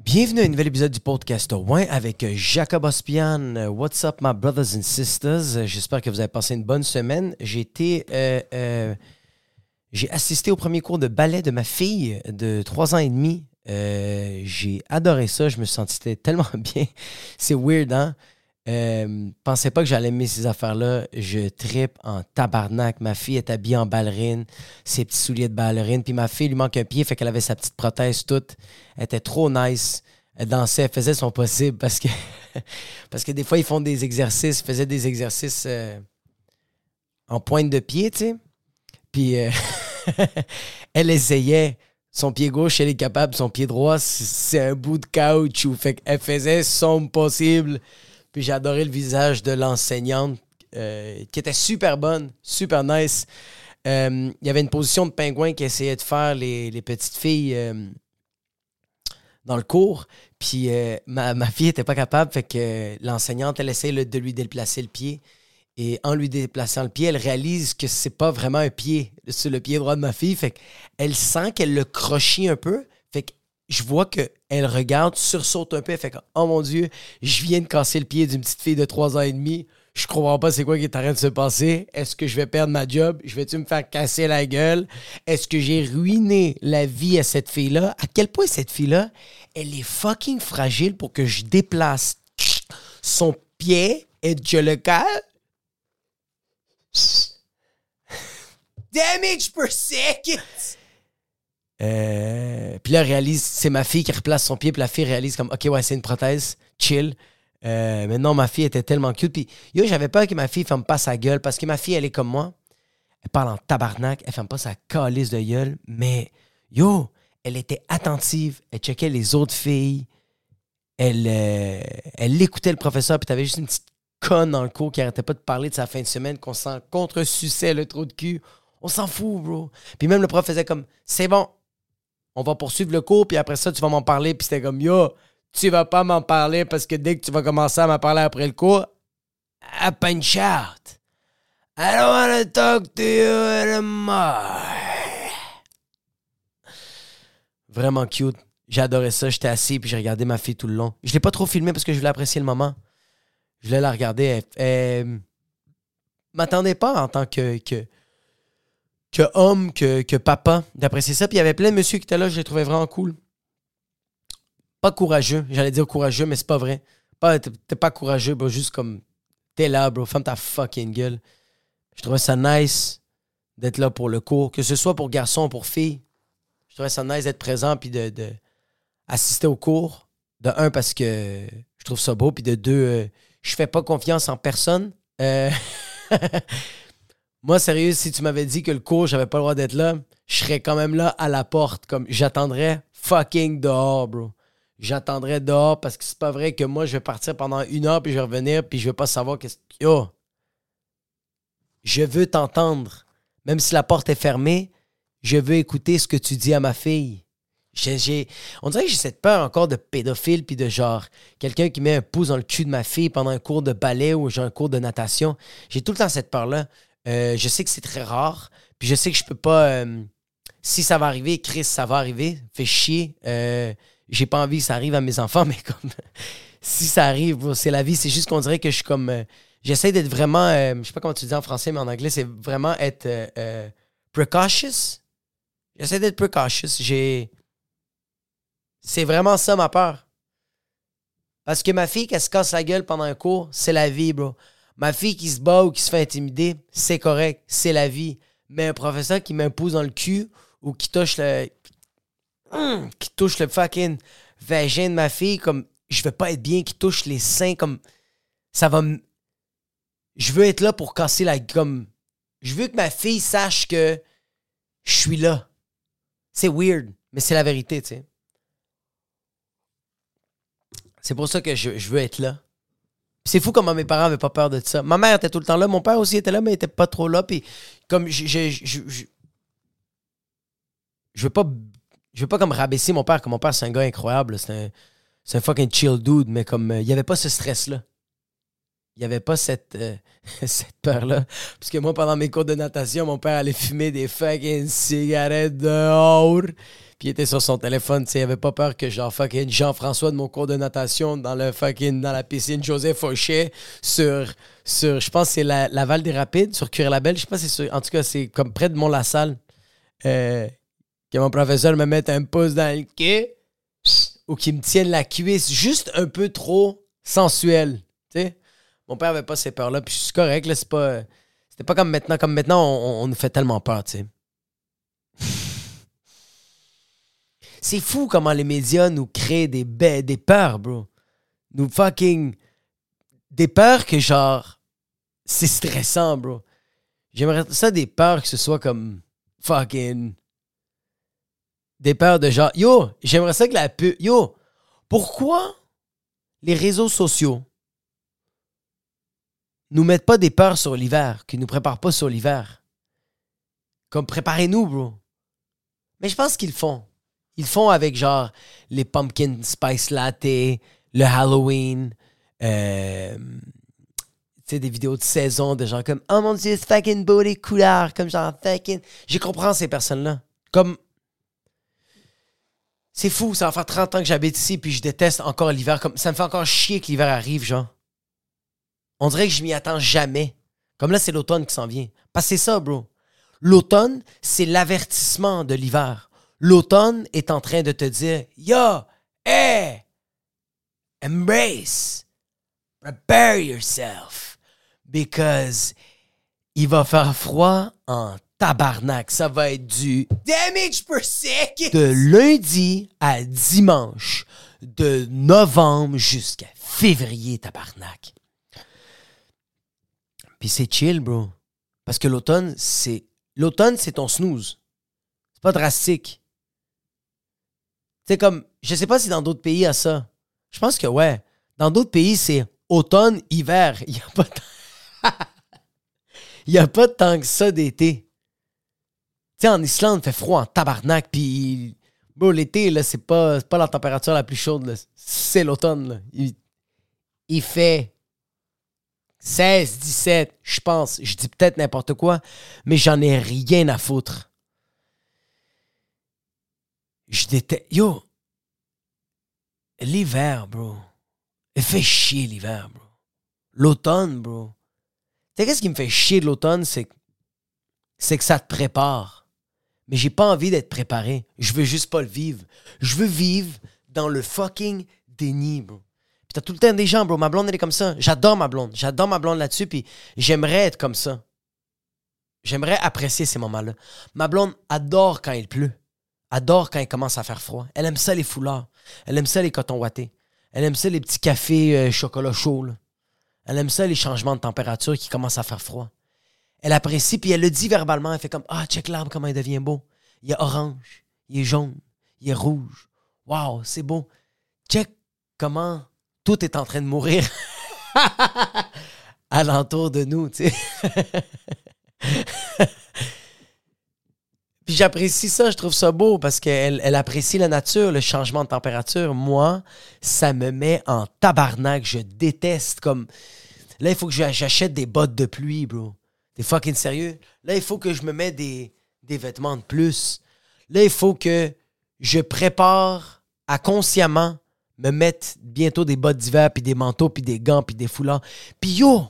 Bienvenue à un nouvel épisode du podcast au Ouin avec Jacob Ospian. What's up, my brothers and sisters? J'espère que vous avez passé une bonne semaine. J'ai assisté au premier cours de ballet de ma fille de 3 ans et demi. J'ai adoré ça. Je me sentais tellement bien. C'est weird, hein? Pensais pas que j'allais aimer ces affaires-là. Je trippe en tabarnak. Ma fille est habillée en ballerine, ses petits souliers de ballerine. Puis ma fille lui manque un pied, fait qu'elle avait sa petite prothèse toute. Elle était trop nice. Elle dansait, elle faisait son possible parce que des fois, ils font des exercices. Ils faisaient des exercices en pointe de pied, tu sais. Puis elle essayait. Son pied gauche, elle est capable. Son pied droit, c'est un bout de caoutchouc. Fait qu'elle faisait son possible. Puis j'ai adoré le visage de l'enseignante qui était super bonne, super nice. Il y avait une position de pingouin qui essayait de faire les petites filles dans le cours. Puis ma fille n'était pas capable, fait que l'enseignante, elle essayait de lui déplacer le pied. Et en lui déplaçant le pied, elle réalise que c'est pas vraiment un pied sur le pied droit de ma fille. Fait qu'elle sent qu'elle le crochit un peu. Fait que je vois qu'elle regarde, sursaute un peu. Elle fait que, oh mon Dieu, je viens de casser le pied d'une petite fille de 3 ans et demi. Je comprends pas c'est quoi qui est en train de se passer. Est-ce que je vais perdre ma job? Je vais-tu me faire casser la gueule? Est-ce que j'ai ruiné la vie à cette fille-là? À quel point cette fille-là, elle est fucking fragile pour que je déplace son pied et que je le cale? Damage per second! Puis là, elle réalise, c'est ma fille qui replace son pied, puis la fille réalise comme, OK, ouais, c'est une prothèse, chill. Mais non, ma fille était tellement cute. Puis yo, j'avais peur que ma fille ferme pas sa gueule, parce que ma fille, elle est comme moi. Elle parle en tabarnak, elle ferme pas sa calice de gueule, mais yo, elle était attentive, elle checkait les autres filles, elle écoutait le professeur, puis t'avais juste une petite conne dans le cours qui arrêtait pas de parler de sa fin de semaine, qu'on s'en contre-suçait le trou de cul. On s'en fout, bro. Puis même le prof faisait comme, c'est bon, on va poursuivre le cours, puis après ça, tu vas m'en parler. Puis c'était comme, yo, tu vas pas m'en parler parce que dès que tu vas commencer à m'en parler après le cours, I punch out. I don't want to talk to you anymore. Vraiment cute. J'adorais ça. J'étais assis, puis j'ai regardé ma fille tout le long. Je l'ai pas trop filmé parce que je voulais apprécier le moment. Je voulais la regarder. Elle m'attendait pas en tant que homme, que papa, d'apprécier ça. Puis il y avait plein de messieurs qui étaient là, je les trouvais vraiment cool. Pas courageux. J'allais dire courageux, mais c'est pas vrai. T'es pas courageux, bro. Juste comme, t'es là, bro. Ferme ta fucking gueule. Je trouvais ça nice d'être là pour le cours. Que ce soit pour garçon ou pour fille. Je trouvais ça nice d'être présent puis de assister au cours. De un, parce que je trouve ça beau. Puis de deux, je fais pas confiance en personne. Moi, sérieux, si tu m'avais dit que le cours, j'avais pas le droit d'être là, je serais quand même là à la porte. Comme j'attendrais fucking dehors, bro. J'attendrais dehors parce que c'est pas vrai que moi, je vais partir pendant 1 heure puis je vais revenir puis je veux pas savoir qu'est-ce qu'il y a. Je veux t'entendre. Même si la porte est fermée, je veux écouter ce que tu dis à ma fille. On dirait que j'ai cette peur encore de pédophile puis de genre quelqu'un qui met un pouce dans le cul de ma fille pendant un cours de ballet ou genre un cours de natation. J'ai tout le temps cette peur-là. Je sais que c'est très rare. Puis je sais que je peux pas... si ça va arriver, Chris, ça va arriver. Fait chier. J'ai pas envie que ça arrive à mes enfants, mais comme... si ça arrive, bro, c'est la vie. C'est juste qu'on dirait que je suis comme... j'essaie d'être vraiment... je sais pas comment tu dis en français, mais en anglais, c'est vraiment être precautious. J'essaie d'être precautious. C'est vraiment ça ma peur. Parce que ma fille, qu'elle se casse la gueule pendant un cours, c'est la vie, bro. Ma fille qui se bat ou qui se fait intimider, c'est correct, c'est la vie. Mais un professeur qui met un pouce dans le cul ou qui touche le fucking vagin de ma fille, comme je veux pas être bien, qui touche les seins, comme ça va me... Je veux être là pour casser la... comme je veux que ma fille sache que je suis là. C'est weird, mais c'est la vérité, tu sais. C'est pour ça que je veux être là. Puis c'est fou comment mes parents n'avaient pas peur de ça. Ma mère était tout le temps là. Mon père aussi était là, mais il était pas trop là. Puis comme je veux pas comme rabaisser mon père, comme mon père, c'est un gars incroyable. C'est un fucking chill dude, mais comme il n'y avait pas ce stress-là. il n'y avait pas cette, cette peur-là. Parce que moi, pendant mes cours de natation, mon père allait fumer des fucking cigarettes dehors. Puis il était sur son téléphone, tu sais, il avait pas peur que genre fucking Jean-François de mon cours de natation dans la piscine Joseph Fauché sur je pense que c'est la Val des Rapides, sur Cuire-la-Belle, je sais pas si c'est en tout cas, c'est comme près de Mont-la-Salle, que mon professeur me mette un pouce dans le cul ou qu'il me tienne la cuisse juste un peu trop sensuel, tu sais. Mon père avait pas ces peurs-là, puis c'est correct, là, c'était pas comme maintenant. Comme maintenant, on nous fait tellement peur, tu sais. C'est fou comment les médias nous créent des peurs, bro. Nous fucking... Des peurs que, genre, c'est stressant, bro. J'aimerais ça des peurs que ce soit comme fucking... Des peurs de genre... Yo, j'aimerais ça que la pub... Yo, pourquoi les réseaux sociaux nous mettent pas des peurs sur l'hiver, qui nous préparent pas sur l'hiver? Comme, préparez-nous, bro. Mais je pense qu'ils le font. Ils le font avec, genre, les pumpkin spice latte, le Halloween, tu sais, des vidéos de saison de gens comme « Oh mon Dieu, c'est fucking beau les couleurs! » Comme genre « fucking... » Je comprends ces personnes-là. Comme... C'est fou, ça va faire 30 ans que j'habite ici puis je déteste encore l'hiver. Comme ça me fait encore chier que l'hiver arrive, genre. On dirait que je m'y attends jamais. Comme là, c'est l'automne qui s'en vient. Parce que c'est ça, bro. L'automne, c'est l'avertissement de l'hiver. L'automne est en train de te dire « Yo, hey, embrace, prepare yourself, because il va faire froid en tabarnak. Ça va être du damage per second de lundi à dimanche, de novembre jusqu'à février, tabarnak. » Puis c'est chill, bro. Parce que l'automne, c'est ton snooze. C'est pas drastique. C'est comme, je sais pas si dans d'autres pays il y a ça. Je pense que ouais. Dans d'autres pays, c'est automne, hiver. Il y a pas tant que ça d'été. Tu sais, en Islande, il fait froid en tabarnak. Puis, bro, l'été, là, c'est pas la température la plus chaude. Là. C'est l'automne. Là. Il fait 16, 17, je pense. Je dis peut-être n'importe quoi, mais j'en ai rien à foutre. Je déteste... Yo! L'hiver, bro. Il fait chier l'hiver, bro. L'automne, bro. Tu sais, qu'est-ce qui me fait chier de l'automne, c'est que ça te prépare. Mais j'ai pas envie d'être préparé. Je veux juste pas le vivre. Je veux vivre dans le fucking déni, bro. Puis t'as tout le temps des gens, bro. Ma blonde, elle est comme ça. J'adore ma blonde. J'adore ma blonde là-dessus, puis j'aimerais être comme ça. J'aimerais apprécier ces moments-là. Ma blonde adore quand il pleut. Adore quand il commence à faire froid. Elle aime ça, les foulards. Elle aime ça, les cotons ouatés. Elle aime ça, les petits cafés chocolat chaud, là. Elle aime ça, les changements de température qui commencent à faire froid. Elle apprécie, puis elle le dit verbalement. Elle fait comme « Ah, check l'arbre, comment il devient beau. Il est orange, il est jaune, il est rouge. Wow, c'est beau. Check comment tout est en train de mourir alentour de nous, tu sais. » Puis j'apprécie ça, je trouve ça beau parce qu'elle apprécie la nature, le changement de température. Moi, ça me met en tabarnak. Je déteste comme... Là, il faut que j'achète des bottes de pluie, bro. T'es fucking sérieux? Là, il faut que je me mette des vêtements de plus. Là, il faut que je prépare à consciemment me mettre bientôt des bottes d'hiver, puis des manteaux, puis des gants, puis des foulards. Puis yo!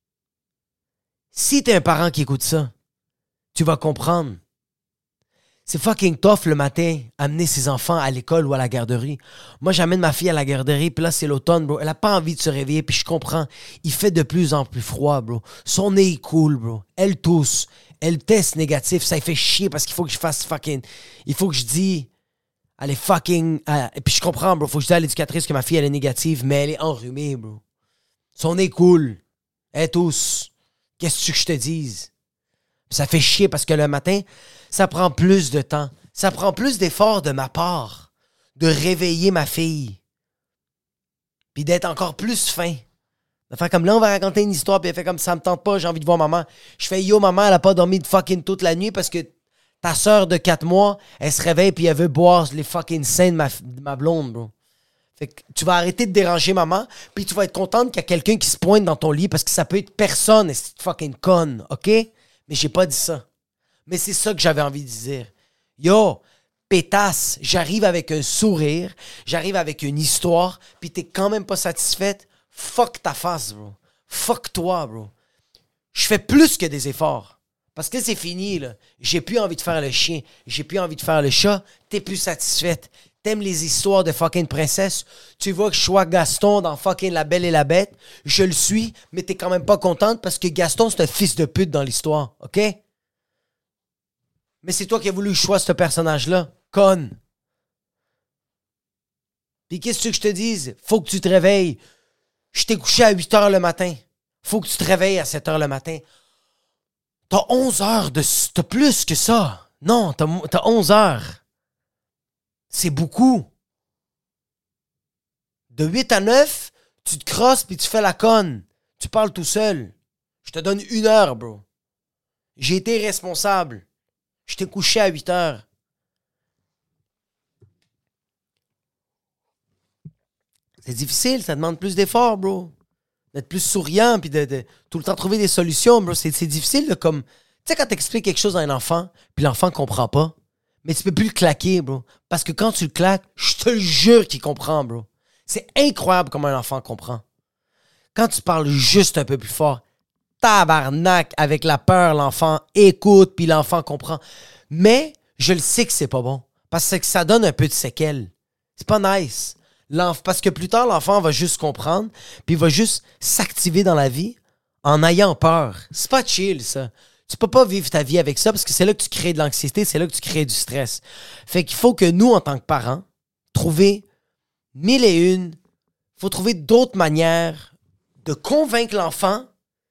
Si t'es un parent qui écoute ça, tu vas comprendre. C'est fucking tough le matin, amener ses enfants à l'école ou à la garderie. Moi, j'amène ma fille à la garderie, puis là, c'est l'automne, bro. Elle a pas envie de se réveiller, puis je comprends. Il fait de plus en plus froid, bro. Son nez est cool, bro. Elle tousse. Elle teste négatif. Ça lui fait chier parce qu'il faut que je fasse fucking... Il faut que je dise... Elle est fucking... Et puis je comprends, bro. Faut que je dise à l'éducatrice que ma fille, elle est négative, mais elle est enrhumée, bro. Son nez est cool. Elle tousse. Qu'est-ce que je te dise? Ça fait chier parce que le matin, ça prend plus de temps. Ça prend plus d'efforts de ma part de réveiller ma fille. Puis d'être encore plus fin. De faire comme là, on va raconter une histoire, puis elle fait comme ça me tente pas, j'ai envie de voir maman. Je fais yo, maman, elle a pas dormi de fucking toute la nuit parce que ta soeur de 4 mois, elle se réveille puis elle veut boire les fucking seins de ma blonde, bro. Fait que tu vas arrêter de déranger maman, puis tu vas être contente qu'il y a quelqu'un qui se pointe dans ton lit parce que ça peut être personne, et c'est fucking conne, OK? Mais j'ai pas dit ça. Mais c'est ça que j'avais envie de dire. Yo, pétasse, j'arrive avec un sourire, j'arrive avec une histoire, puis t'es quand même pas satisfaite. Fuck ta face, bro. Fuck toi, bro. Je fais plus que des efforts. Parce que c'est fini, là. J'ai plus envie de faire le chien. J'ai plus envie de faire le chat. T'es plus satisfaite. T'aimes les histoires de fucking princesse. Tu vois que je sois Gaston dans fucking La Belle et la Bête. Je le suis, mais t'es quand même pas contente parce que Gaston, c'est un fils de pute dans l'histoire, OK? Mais c'est toi qui as voulu que je sois ce personnage-là. Conne. Puis qu'est-ce que tu veux que je te dise? Faut que tu te réveilles. Je t'ai couché à 8 heures le matin. Faut que tu te réveilles à 7 heures le matin. T'as 11 heures de... T'as plus que ça. Non, t'as 11 heures. C'est beaucoup. De 8 à 9, tu te crosses puis tu fais la conne. Tu parles tout seul. Je te donne 1 heure, bro. J'ai été responsable. Je t'ai couché à 8 heures. C'est difficile, ça demande plus d'efforts, bro. D'être plus souriant puis de tout le temps trouver des solutions, bro. C'est difficile de comme... Tu sais, quand t'expliques quelque chose à un enfant puis l'enfant comprend pas, mais tu peux plus le claquer, bro. Parce que quand tu le claques, je te le jure qu'il comprend, bro. C'est incroyable comment un enfant comprend. Quand tu parles juste un peu plus fort, tabarnak, avec la peur, l'enfant écoute, puis l'enfant comprend. Mais je le sais que c'est pas bon. Parce que ça donne un peu de séquelles. C'est pas nice. Parce que plus tard, l'enfant va juste comprendre, puis il va juste s'activer dans la vie en ayant peur. C'est pas chill, ça. Tu peux pas vivre ta vie avec ça parce que c'est là que tu crées de l'anxiété, c'est là que tu crées du stress. Fait qu'il faut que nous, en tant que parents, trouver 1001, faut trouver d'autres manières de convaincre l'enfant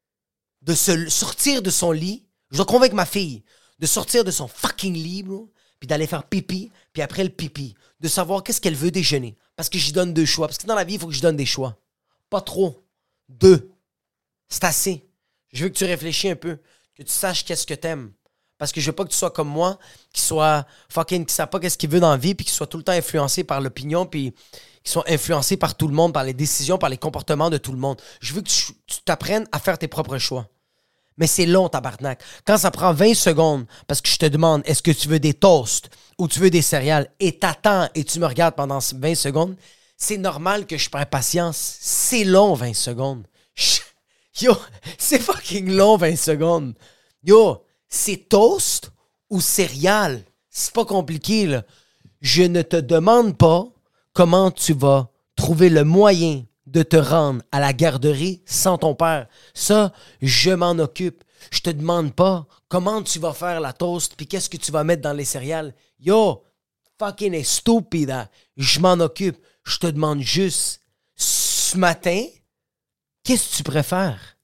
de se sortir de son lit. Je dois convaincre ma fille de sortir de son fucking lit, bro, puis d'aller faire pipi, puis après le pipi, de savoir qu'est-ce qu'elle veut déjeuner. Parce que j'y donne 2 choix. Parce que dans la vie, il faut que je donne des choix. Pas trop. 2. C'est assez. Je veux que tu réfléchis un peu. Que tu saches qu'est-ce que t'aimes. Parce que je veux pas que tu sois comme moi, qui soit fucking, qui sait pas qu'est-ce qu'il veut dans la vie, puis qui soit tout le temps influencé par l'opinion, puis qui soit influencé par tout le monde, par les décisions, par les comportements de tout le monde. Je veux que tu t'apprennes à faire tes propres choix. Mais c'est long, tabarnak. Quand ça prend 20 secondes, parce que je te demande, est-ce que tu veux des toasts ou tu veux des céréales, et t'attends et tu me regardes pendant 20 secondes, c'est normal que je prenne patience. C'est long, 20 secondes. Yo, c'est fucking long, 20 secondes. Yo, c'est toast ou céréales? C'est pas compliqué, là. Je ne te demande pas comment tu vas trouver le moyen de te rendre à la garderie sans ton père. Ça, je m'en occupe. Je te demande pas comment tu vas faire la toast puis qu'est-ce que tu vas mettre dans les céréales. Yo, fucking stupide. Je m'en occupe. Je te demande juste, ce matin, qu'est-ce que tu préfères?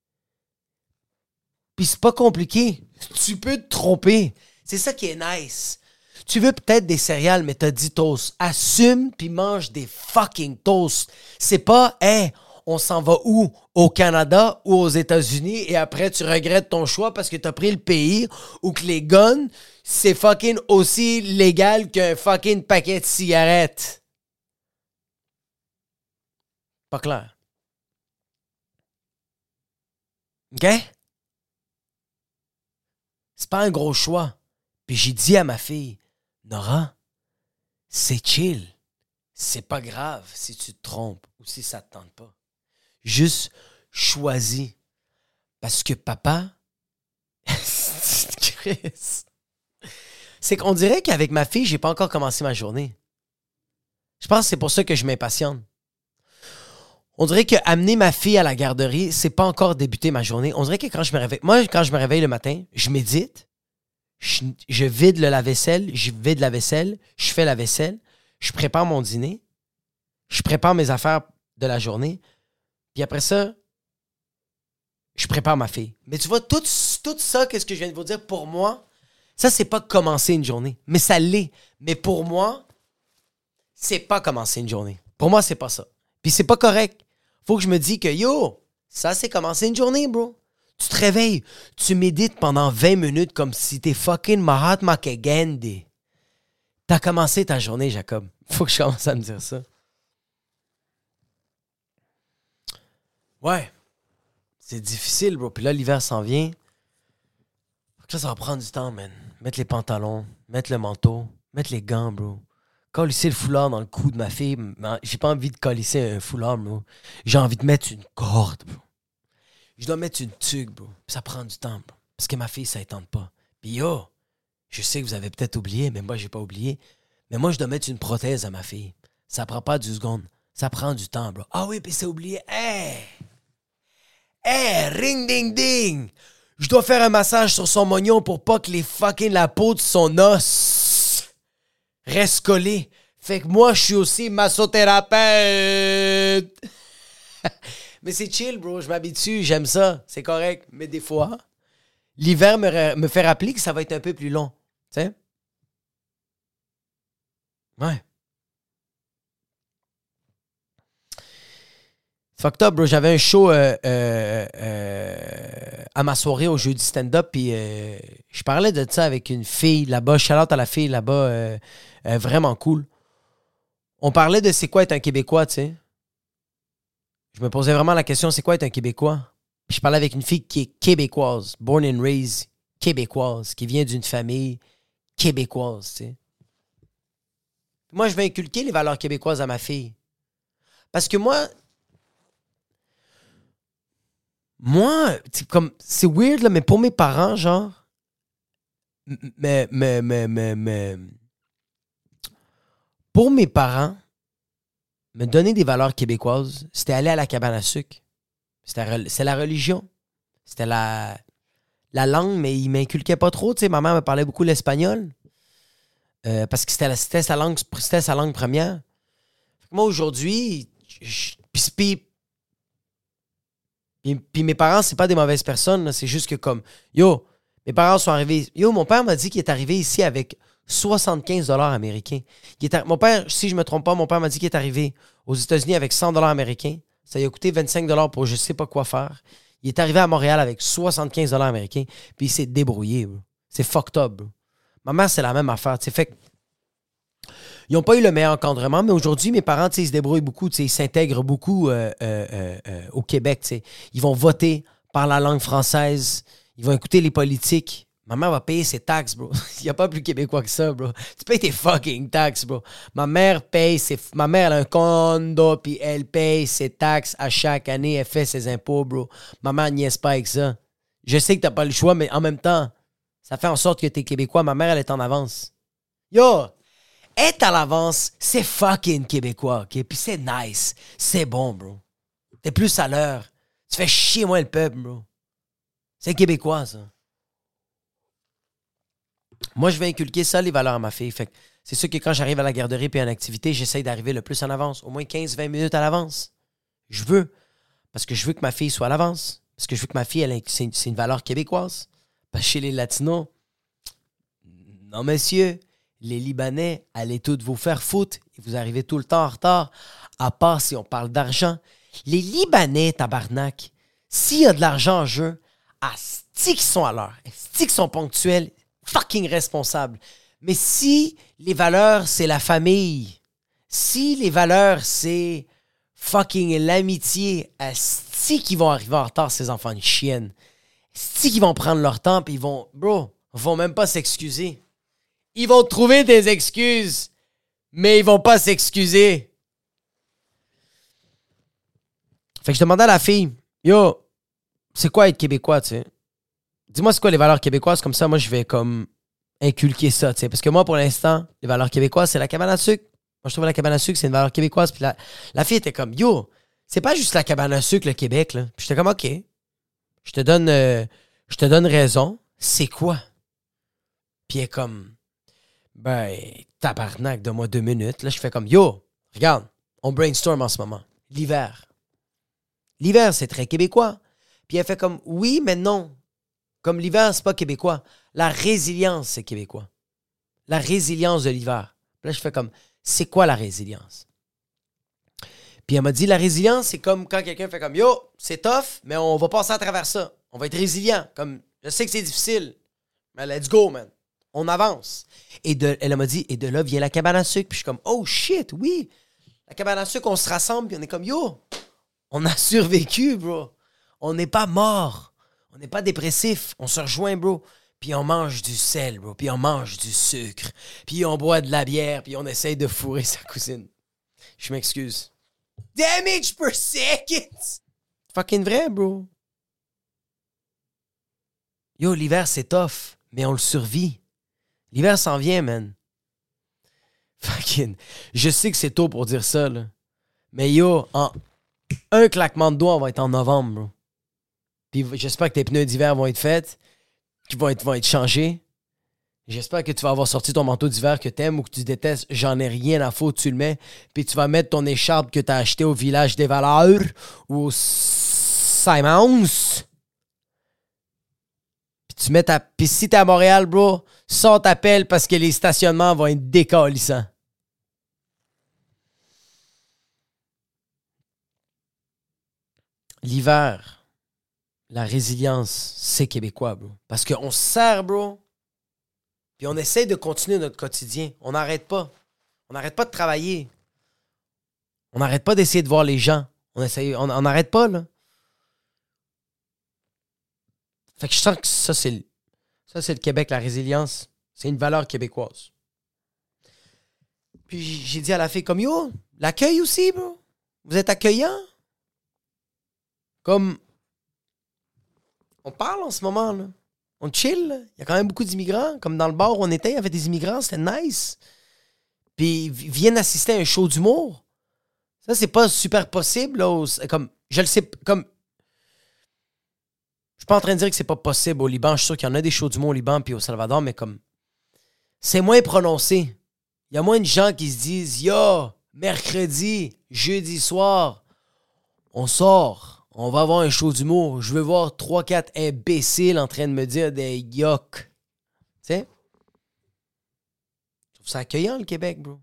Puis c'est pas compliqué. Tu peux te tromper. C'est ça qui est nice. Tu veux peut-être des céréales, mais t'as dit toast. Assume puis mange des fucking toasts. C'est pas, hey, on s'en va où? Au Canada ou aux États-Unis et après tu regrettes ton choix parce que t'as pris le pays où que les guns, c'est fucking aussi légal qu'un fucking paquet de cigarettes. Pas clair. OK? C'est pas un gros choix. Puis j'ai dit à ma fille, Nora, c'est chill. C'est pas grave si tu te trompes ou si ça te tente pas. Juste choisis. Parce que papa, c'est qu'on dirait qu'avec ma fille, j'ai pas encore commencé ma journée. Je pense que c'est pour ça que je m'impatiente. On dirait que amener ma fille à la garderie, c'est pas encore débuter ma journée. On dirait que quand je me réveille... Moi, quand je me réveille le matin, je médite, je vide le lave-vaisselle, je vide la vaisselle, je fais la vaisselle, je prépare mon dîner, je prépare mes affaires de la journée, puis après ça, je prépare ma fille. Mais tu vois, tout ça, qu'est-ce que je viens de vous dire, pour moi, ça, c'est pas commencer une journée. Mais ça l'est. Mais pour moi, c'est pas commencer une journée. Pour moi, c'est pas ça. Puis c'est pas correct. Faut que je me dise que, yo, ça, c'est commencer une journée, bro. Tu te réveilles, tu médites pendant 20 minutes comme si t'es fucking Mahatma Gandhi. T'as commencé ta journée, Jacob. Faut que je commence à me dire ça. Ouais. C'est difficile, bro. Puis là, l'hiver s'en vient. Ça va prendre du temps, man. Mettre les pantalons, mettre le manteau, mettre les gants, bro. Colisser le foulard dans le cou de ma fille. J'ai pas envie de colisser un foulard, bro. J'ai envie de mettre une corde, bro. Je dois mettre une tuque, bro. Puis ça prend du temps, bro. Parce que ma fille, ça étende pas. Puis yo, je sais que vous avez peut-être oublié, mais moi, j'ai pas oublié. Mais moi, je dois mettre une prothèse à ma fille. Ça prend pas 10 secondes. Ça prend du temps, bro. Ah oui, puis c'est oublié. Hey! Hey! Ring ding ding! Je dois faire un massage sur son mognon pour pas que la peau de son os reste collée. Fait que moi, je suis aussi massothérapeute. Mais c'est chill, bro. Je m'habitue. J'aime ça. C'est correct. Mais des fois, l'hiver me fait rappeler que ça va être un peu plus long. Tu sais? Ouais. Fucked up, bro. J'avais un show à ma soirée au jeudi stand-up, puis je parlais de ça avec une fille là-bas. Shout-out à la fille là-bas, vraiment cool. On parlait de c'est quoi être un Québécois, tu sais. Je me posais vraiment la question, c'est quoi être un Québécois? Puis je parlais avec une fille qui est québécoise, born and raised québécoise, qui vient d'une famille québécoise, tu sais. Moi, je vais inculquer les valeurs québécoises à ma fille. Parce que moi, c'est weird, là, mais pour mes parents, genre, pour mes parents, me donner des valeurs québécoises, c'était aller à la cabane à sucre. C'est la religion. C'était la langue, mais ils m'inculquaient pas trop. Tu sais, ma mère me parlait beaucoup l'espagnol. Parce que c'était sa langue première. Moi, aujourd'hui, puis mes parents, c'est pas des mauvaises personnes. Là, c'est juste que comme, mes parents sont arrivés. Mon père m'a dit qu'il est arrivé ici avec 75 $ américains. Mon père, si je me trompe pas, mon père m'a dit qu'il est arrivé aux États-Unis avec 100 $ américains. Ça lui a coûté 25 $ pour je sais pas quoi faire. Il est arrivé à Montréal avec 75 $ américains, puis il s'est débrouillé. Bro. C'est fucked up. Bro. Ma mère, c'est la même affaire. T'sais. Fait ils n'ont pas eu le meilleur encadrement, mais aujourd'hui, mes parents, ils se débrouillent beaucoup. Ils s'intègrent beaucoup au Québec. T'sais. Ils vont voter par la langue française. Ils vont écouter les politiques. Ma mère va payer ses taxes, bro. Il n'y a pas plus québécois que ça, bro. Tu payes tes fucking taxes, bro. Ma mère, elle a un condo, puis elle paye ses taxes à chaque année. Elle fait ses impôts, bro. Ma mère niaise pas avec ça. Je sais que t'as pas le choix, mais en même temps, ça fait en sorte que t'es québécois. Ma mère, elle est en avance. Yo! Être à l'avance, c'est fucking québécois, OK? Puis c'est nice. C'est bon, bro. T'es plus à l'heure. Tu fais chier, moi, le peuple, bro. C'est québécois, ça. Moi, je vais inculquer ça, les valeurs à ma fille. Fait que c'est sûr que quand j'arrive à la garderie et à une activité, j'essaye d'arriver le plus en avance. Au moins 15-20 minutes à l'avance. Je veux. Parce que je veux que ma fille soit à l'avance. Parce que je veux que ma fille, c'est une valeur québécoise. Parce que chez les Latinos, non, monsieur, les Libanais, allez toutes vous faire foutre. Et vous arrivez tout le temps en retard. À part si on parle d'argent. Les Libanais, tabarnak, s'il y a de l'argent en jeu, asti qu'ils sont à l'heure. Asti qu'ils sont ponctuels. Fucking responsables. Mais si les valeurs, c'est la famille, si les valeurs, c'est fucking l'amitié, asti qu'ils vont arriver en retard, ces enfants de chienne. Asti qu'ils vont prendre leur temps, puis ils vont même pas s'excuser. Ils vont trouver des excuses, mais ils vont pas s'excuser. Fait que je demandais à la fille, yo, c'est quoi être québécois, tu sais? Dis-moi c'est quoi les valeurs québécoises, comme ça, moi, je vais comme inculquer ça, tu sais. Parce que moi, pour l'instant, les valeurs québécoises, c'est la cabane à sucre. Moi, je trouve la cabane à sucre, c'est une valeur québécoise. Puis la fille était comme, yo, c'est pas juste la cabane à sucre, le Québec, là. Puis j'étais comme, OK, je te donne raison. C'est quoi? Puis elle est comme, tabarnak, donne-moi 2 minutes. Là, je fais comme, yo, regarde, on brainstorm en ce moment. L'hiver. L'hiver, c'est très québécois. Puis elle fait comme, oui, mais non. Comme l'hiver, c'est pas québécois. La résilience, c'est québécois. La résilience de l'hiver. Puis là, je fais comme, c'est quoi la résilience? Puis elle m'a dit, la résilience, c'est comme quand quelqu'un fait comme, yo, c'est tough, mais on va passer à travers ça. On va être résilient. Comme, je sais que c'est difficile, mais let's go, man. On avance. Elle m'a dit, et de là vient la cabane à sucre. Puis je suis comme, oh shit, oui. La cabane à sucre, on se rassemble, puis on est comme, yo, On a survécu, bro. On n'est pas mort. On n'est pas dépressif. On se rejoint, bro. Puis on mange du sel, bro. Puis on mange du sucre. Puis on boit de la bière. Puis on essaye de fourrer sa cousine. Je m'excuse. Damage per second! Fucking vrai, bro. Yo, l'hiver, c'est tough. Mais on le survit. L'hiver s'en vient, man. Fucking... Je sais que c'est tôt pour dire ça, là. Mais yo, en un claquement de doigts, on va être en novembre, bro. Puis j'espère que tes pneus d'hiver vont être faits, qu'ils vont être changés. J'espère que tu vas avoir sorti ton manteau d'hiver que t'aimes ou que tu détestes. J'en ai rien à foutre, tu le mets. Puis tu vas mettre ton écharpe que t'as acheté au Village des Valeurs ou au Simons. Puis tu mets ta... Puis si t'es à Montréal, bro, sors ta pelle parce que les stationnements vont être décalissants. L'hiver, la résilience, c'est québécois, bro. Parce qu'on se sert, bro. Puis on essaie de continuer notre quotidien. On n'arrête pas. On n'arrête pas de travailler. On n'arrête pas d'essayer de voir les gens. On n'arrête pas, là. Fait que je sens que ça, c'est le Québec, la résilience. C'est une valeur québécoise. Puis j'ai dit à la fille, comme, yo, l'accueil aussi, bro. Vous êtes accueillant? Comme, on parle en ce moment, là. On chill, là. Il y a quand même beaucoup d'immigrants. Comme dans le bar où on était, il y avait des immigrants, c'était nice. Puis ils viennent assister à un show d'humour. Ça, c'est pas super possible, là. Comme, je le sais, comme... Je suis pas en train de dire que c'est pas possible au Liban. Je suis sûr qu'il y en a des shows d'humour au Liban puis au Salvador, mais comme... C'est moins prononcé. Il y a moins de gens qui se disent « Yo, mercredi, jeudi soir, on sort. On va avoir un show d'humour. Je veux voir 3-4 imbéciles en train de me dire des yoks. » Tu sais? Je trouve ça accueillant, le Québec, bro.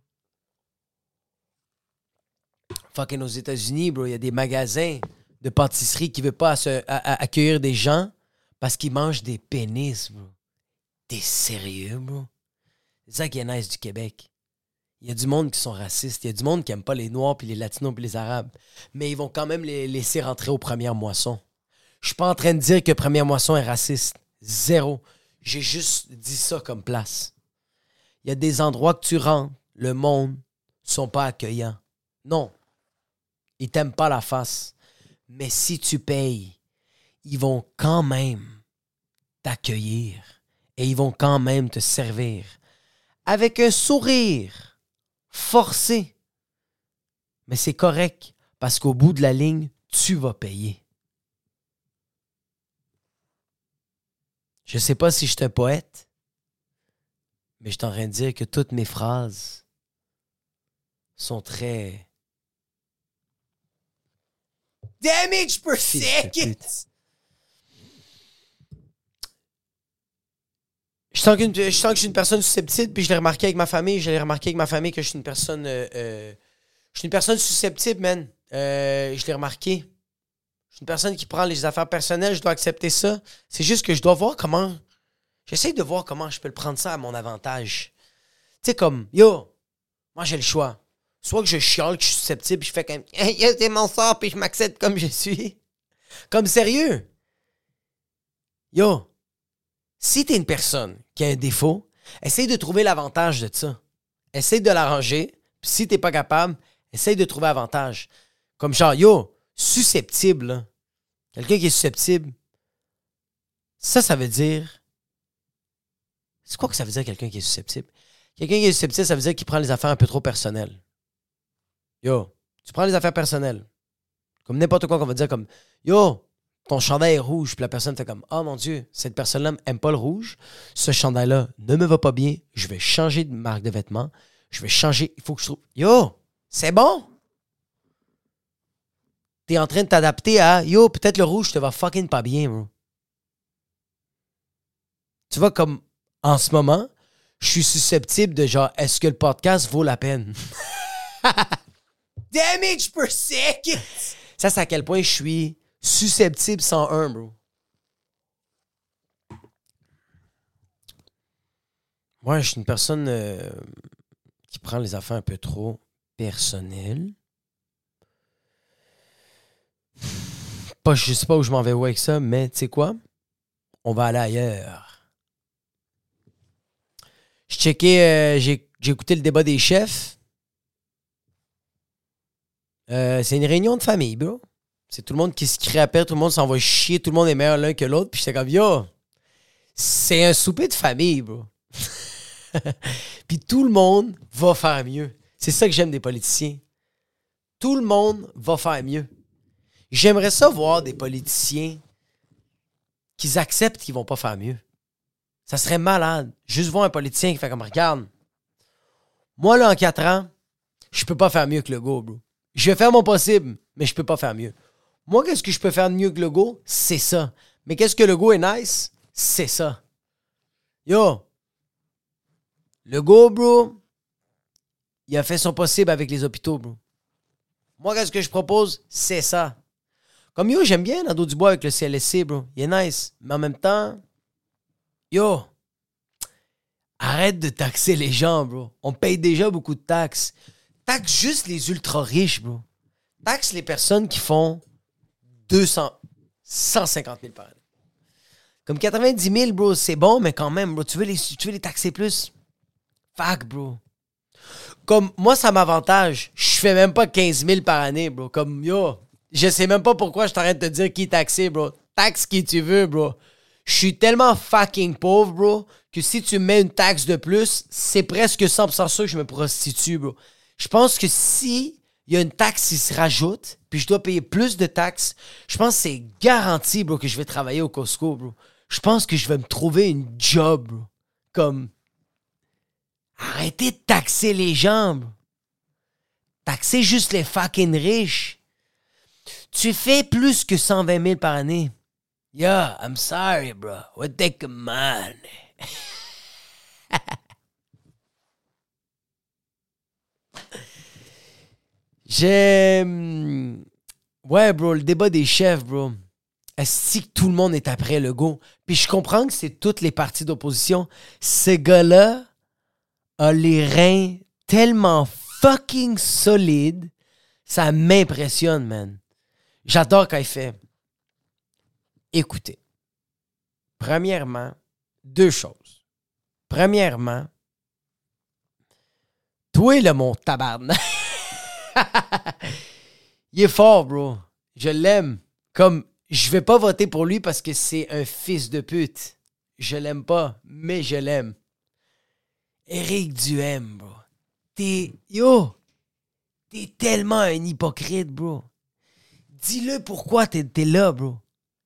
Fucking aux États-Unis, bro, il y a des magasins de pâtisserie qui ne veulent pas accueillir des gens parce qu'ils mangent des pénis, bro. T'es sérieux, bro? C'est ça qui est nice du Québec. Il y a du monde qui sont racistes. Il y a du monde qui n'aime pas les Noirs, puis les Latinos, puis les Arabes. Mais ils vont quand même les laisser rentrer aux Premières Moissons. Je suis pas en train de dire que Première Moisson est raciste. Zéro. J'ai juste dit ça comme place. Il y a des endroits que tu rentres, le monde sont pas accueillants. Non. Ils t'aiment pas la face. Mais si tu payes, ils vont quand même t'accueillir. Et ils vont quand même te servir. Avec un sourire. Forcé. Mais c'est correct, parce qu'au bout de la ligne, tu vas payer. Je sais pas si je suis un poète, mais je suis en train de dire que toutes mes phrases sont très... Damage per second! Je sens que je suis une personne susceptible, puis je l'ai remarqué avec ma famille. Je l'ai remarqué avec ma famille que je suis une personne... je suis une personne susceptible, man. Je l'ai remarqué. Je suis une personne qui prend les affaires personnelles. Je dois accepter ça. C'est juste que je dois voir comment... J'essaie de voir comment je peux le prendre ça à mon avantage. Tu sais, comme... Yo, moi, j'ai le choix. Soit que je chiale, que je suis susceptible, puis je fais comme... Hey, c'est mon sort, puis je m'accepte comme je suis. Comme sérieux. Yo... Si t'es une personne qui a un défaut, essaye de trouver l'avantage de ça. Essaye de l'arranger. Puis si t'es pas capable, essaye de trouver avantage. Comme genre, yo, susceptible, là. Quelqu'un qui est susceptible, ça veut dire... C'est quoi que ça veut dire, quelqu'un qui est susceptible? Quelqu'un qui est susceptible, ça veut dire qu'il prend les affaires un peu trop personnelles. Yo, tu prends les affaires personnelles. Comme n'importe quoi qu'on va dire comme, yo... Ton chandail est rouge, puis la personne fait comme « Oh mon Dieu, cette personne-là n'aime pas le rouge. Ce chandail-là ne me va pas bien. Je vais changer de marque de vêtements. Je vais changer. Il faut que je trouve... » Yo, c'est bon. T'es en train de t'adapter à « Yo, peut-être le rouge te va fucking pas bien, bro. » Tu vois, comme en ce moment, je suis susceptible de genre « Est-ce que le podcast vaut la peine? » Damage per second! Ça, c'est à quel point je suis... susceptible 101, bro. Moi, je suis une personne qui prend les affaires un peu trop personnelles. Je sais pas où je m'en vais avec ça, mais tu sais quoi? On va aller ailleurs. Je checkais, j'ai écouté le débat des chefs. C'est une réunion de famille, bro. C'est tout le monde qui se crie après, tout le monde s'en va chier, tout le monde est meilleur l'un que l'autre. Puis j'étais comme, yo, c'est un souper de famille, bro. Puis tout le monde va faire mieux. C'est ça que j'aime des politiciens. Tout le monde va faire mieux. J'aimerais ça voir des politiciens qui acceptent qu'ils vont pas faire mieux. Ça serait malade. Juste voir un politicien qui fait comme, regarde, moi là en 4 ans, je peux pas faire mieux que le go, bro. Je vais faire mon possible, mais je peux pas faire mieux. Moi, qu'est-ce que je peux faire de mieux que le go? C'est ça. Mais qu'est-ce que le go est nice? C'est ça. Yo, le go, bro, il a fait son possible avec les hôpitaux, bro. Moi, qu'est-ce que je propose? C'est ça. Comme yo, j'aime bien Nadeau Dubois avec le CLSC, bro. Il est nice. Mais en même temps, yo, arrête de taxer les gens, bro. On paye déjà beaucoup de taxes. Taxe juste les ultra riches, bro. Taxe les personnes qui font 150 000 par année. Comme 90 000, bro, c'est bon, mais quand même, bro, tu veux les taxer plus? Fuck, bro. Comme, moi, ça m'avantage. Je fais même pas 15 000 par année, bro. Comme, yo, je sais même pas pourquoi je t'arrête de te dire qui taxer, bro. Taxe qui tu veux, bro. Je suis tellement fucking pauvre, bro, que si tu mets une taxe de plus, c'est presque 100% sûr que je me prostitue, bro. Je pense que si il y a une taxe qui se rajoute, puis je dois payer plus de taxes, je pense que c'est garanti, bro, que je vais travailler au Costco, bro. Je pense que je vais me trouver une job, bro. Comme, arrêtez de taxer les gens, bro. Taxez juste les fucking riches. Tu fais plus que 120 000 par année. Yeah, I'm sorry, bro. We'll take money. J'aime... Ouais, bro, le débat des chefs, bro. Est-ce que tout le monde est après le go? Puis je comprends que c'est toutes les partis d'opposition. Ce gars-là a les reins tellement fucking solides. Ça m'impressionne, man. J'adore quand il fait. Écoutez. Premièrement, 2 choses. Premièrement, toi, le mon tabarnak. Il est fort, bro. Je l'aime. Comme, je vais pas voter pour lui parce que c'est un fils de pute. Je l'aime pas, mais je l'aime. Éric Duhaime, bro. T'es tellement un hypocrite, bro. Dis-le pourquoi t'es là, bro.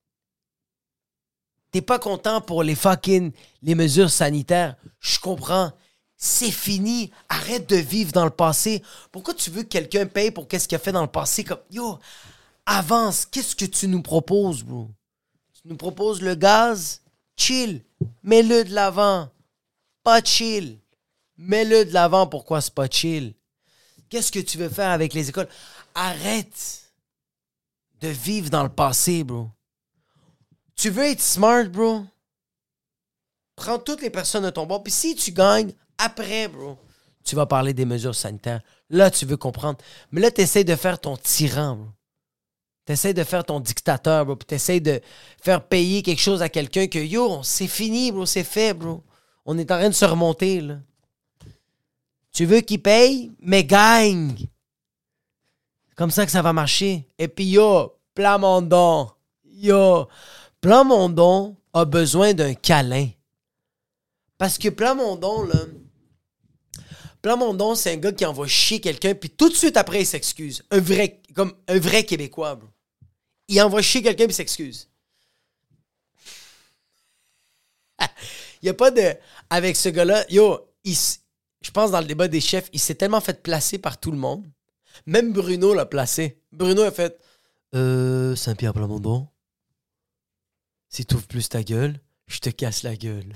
T'es pas content pour les mesures sanitaires. Je comprends. C'est fini. Arrête de vivre dans le passé. Pourquoi tu veux que quelqu'un paye pour qu'est-ce qu'il a fait dans le passé? Comme, yo, avance. Qu'est-ce que tu nous proposes, bro? Tu nous proposes le gaz? Chill. Mets-le de l'avant. Pas chill. Mets-le de l'avant. Pourquoi c'est pas chill? Qu'est-ce que tu veux faire avec les écoles? Arrête de vivre dans le passé, bro. Tu veux être smart, bro? Prends toutes les personnes de ton bord. Puis si tu gagnes, après, bro, tu vas parler des mesures sanitaires. Là, tu veux comprendre. Mais là, tu essaies de faire ton tyran, bro. Tu essaies de faire ton dictateur, bro. Puis tu essaies de faire payer quelque chose à quelqu'un que, yo, c'est fini, bro. C'est fait, bro. On est en train de se remonter, là. Tu veux qu'il paye, mais gagne. C'est comme ça que ça va marcher. Et puis, yo, Plamondon. Yo, Plamondon a besoin d'un câlin. Parce que Plamondon, là... Plamondon, c'est un gars qui envoie chier quelqu'un, puis tout de suite après, il s'excuse. Comme un vrai Québécois, bro. Il envoie chier quelqu'un, puis il s'excuse. Il n'y a pas de... Avec ce gars-là, yo, je pense dans le débat des chefs, il s'est tellement fait placer par tout le monde. Même Bruno l'a placé. Bruno a fait... Saint-Pierre Plamondon, si tu ouvres plus ta gueule, je te casse la gueule.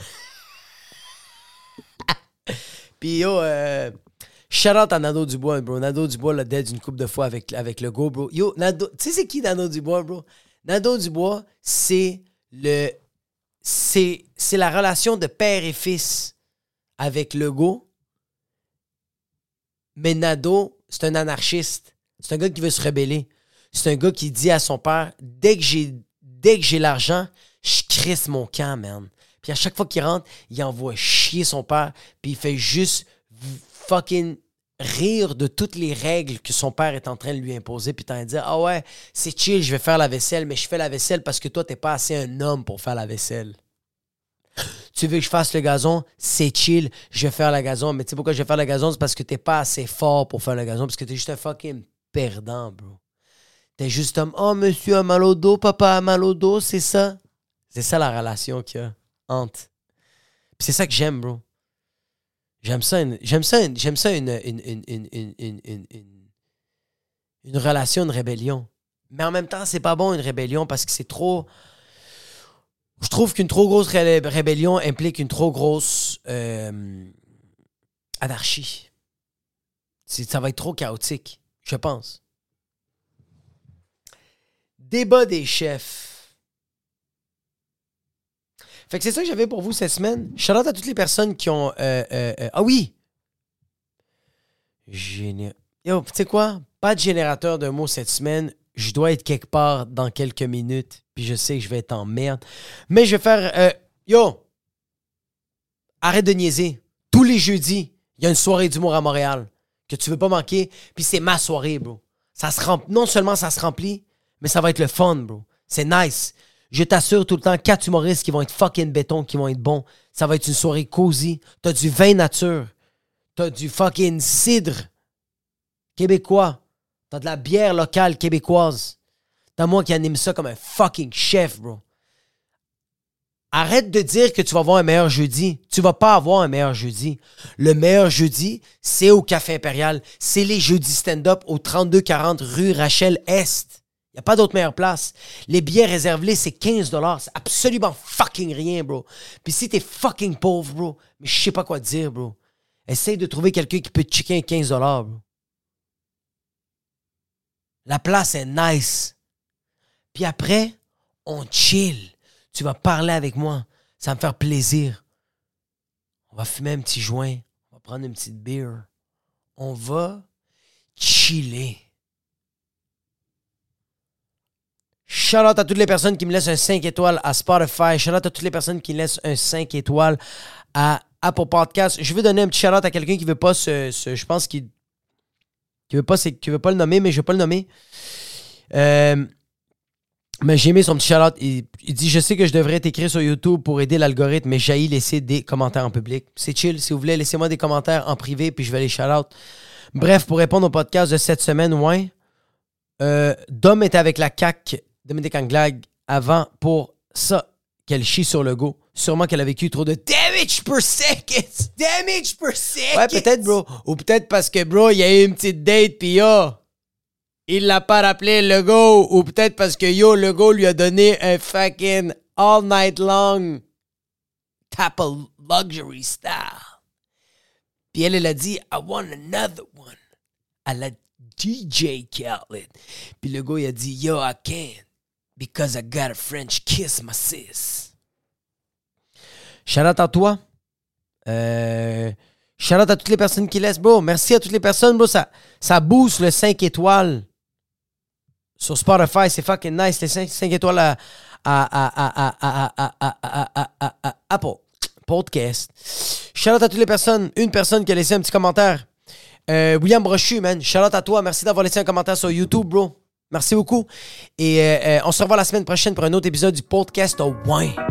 Puis yo, shout out à Nadeau Dubois, bro. Nadeau Dubois l'a dead une couple de fois avec le go, bro. Yo, Nadeau, tu sais c'est qui Nadeau Dubois, bro? Nadeau Dubois, c'est la relation de père et fils avec le go. Mais Nadeau, c'est un anarchiste. C'est un gars qui veut se rebeller. c'est un gars qui dit à son père, dès que j'ai l'argent, je crisse mon camp, man. Puis à chaque fois qu'il rentre, il envoie chier son père, puis il fait juste fucking rire de toutes les règles que son père est en train de lui imposer, puis t'en train de dire, ah ouais, c'est chill, je vais faire la vaisselle, mais je fais la vaisselle parce que toi, t'es pas assez un homme pour faire la vaisselle. Tu veux que je fasse le gazon? C'est chill, je vais faire le gazon. Mais tu sais pourquoi je vais faire le gazon? C'est parce que t'es pas assez fort pour faire le gazon, parce que t'es juste un fucking perdant, bro. T'es juste un, oh, monsieur a mal au dos, papa a mal au dos, c'est ça? C'est ça la relation qu'il y a entre. Puis c'est ça que j'aime, bro. J'aime ça une relation, une rébellion. Mais en même temps, c'est pas bon une rébellion parce que c'est trop... Je trouve qu'une trop grosse rébellion implique une trop grosse anarchie. Ça va être trop chaotique, je pense. Débat des chefs. Fait que c'est ça que j'avais pour vous cette semaine. Shout-out à toutes les personnes qui ont... Ah oui! Yo, tu sais quoi? Pas de générateur de mots cette semaine. Je dois être quelque part dans quelques minutes. Puis je sais que je vais être en merde. Mais je vais faire... Yo! Arrête de niaiser. Tous les jeudis, il y a une soirée d'humour à Montréal que tu veux pas manquer. Puis c'est ma soirée, bro. Non seulement ça se remplit, mais ça va être le fun, bro. C'est nice. Je t'assure tout le temps, 4 humoristes qui vont être fucking béton, qui vont être bons. Ça va être une soirée cosy. T'as du vin nature. T'as du fucking cidre québécois. T'as de la bière locale québécoise. T'as moi qui anime ça comme un fucking chef, bro. Arrête de dire que tu vas avoir un meilleur jeudi. Tu vas pas avoir un meilleur jeudi. Le meilleur jeudi, c'est au Café Impérial. C'est les jeudis stand-up au 3240 rue Rachel-Est. Il n'y a pas d'autre meilleure place. Les billets réservés, c'est 15$. C'est absolument fucking rien, bro. Puis si t'es fucking pauvre, bro, mais je sais pas quoi te dire, bro. Essaye de trouver quelqu'un qui peut te checker un 15$, bro. La place est nice. Puis après, on chill. Tu vas parler avec moi. Ça va me faire plaisir. On va fumer un petit joint. On va prendre une petite bière. On va chiller. Shout-out à toutes les personnes qui me laissent un 5 étoiles à Spotify. Shout-out à toutes les personnes qui me laissent un 5 étoiles à Apple Podcast. Je veux donner un petit shout-out à quelqu'un qui veut pas je pense qu'il veut pas le nommer, mais je vais pas le nommer. Mais j'ai aimé son petit shout-out. Il dit, je sais que je devrais t'écrire sur YouTube pour aider l'algorithme, mais j'ai laisser des commentaires en public. C'est chill. Si vous voulez, laissez-moi des commentaires en privé, puis je vais les shout-out. Bref, pour répondre au podcast de cette semaine, ouais. Dom était avec la CAQ, Dominique Anglade, avant pour ça, qu'elle chie sur le go. Sûrement qu'elle a vécu trop de damage per second. Damage per second. Ouais, peut-être, bro. Ou peut-être parce que, bro, il y a eu une petite date, puis yo, il l'a pas rappelé, le go. Ou peut-être parce que, yo, le go lui a donné un fucking all night long type of luxury style. Puis elle a dit, I want another one. À la DJ Khaled. Puis le gars, il a dit, yo, I can't. Because I got a French kiss, my sis. Shout-out à toi. Shout-out à toutes les personnes qui laissent, bro. Merci à toutes les personnes, bro. Ça booste le 5 étoiles sur Spotify. C'est fucking nice. Les 5 étoiles à Apple Podcast. Shout-out à toutes les personnes. Une personne qui a laissé un petit commentaire. William Brochu, man. Shout-out à toi. Merci d'avoir laissé un commentaire sur YouTube, bro. Merci beaucoup. Et on se revoit la semaine prochaine pour un autre épisode du podcast au Wine.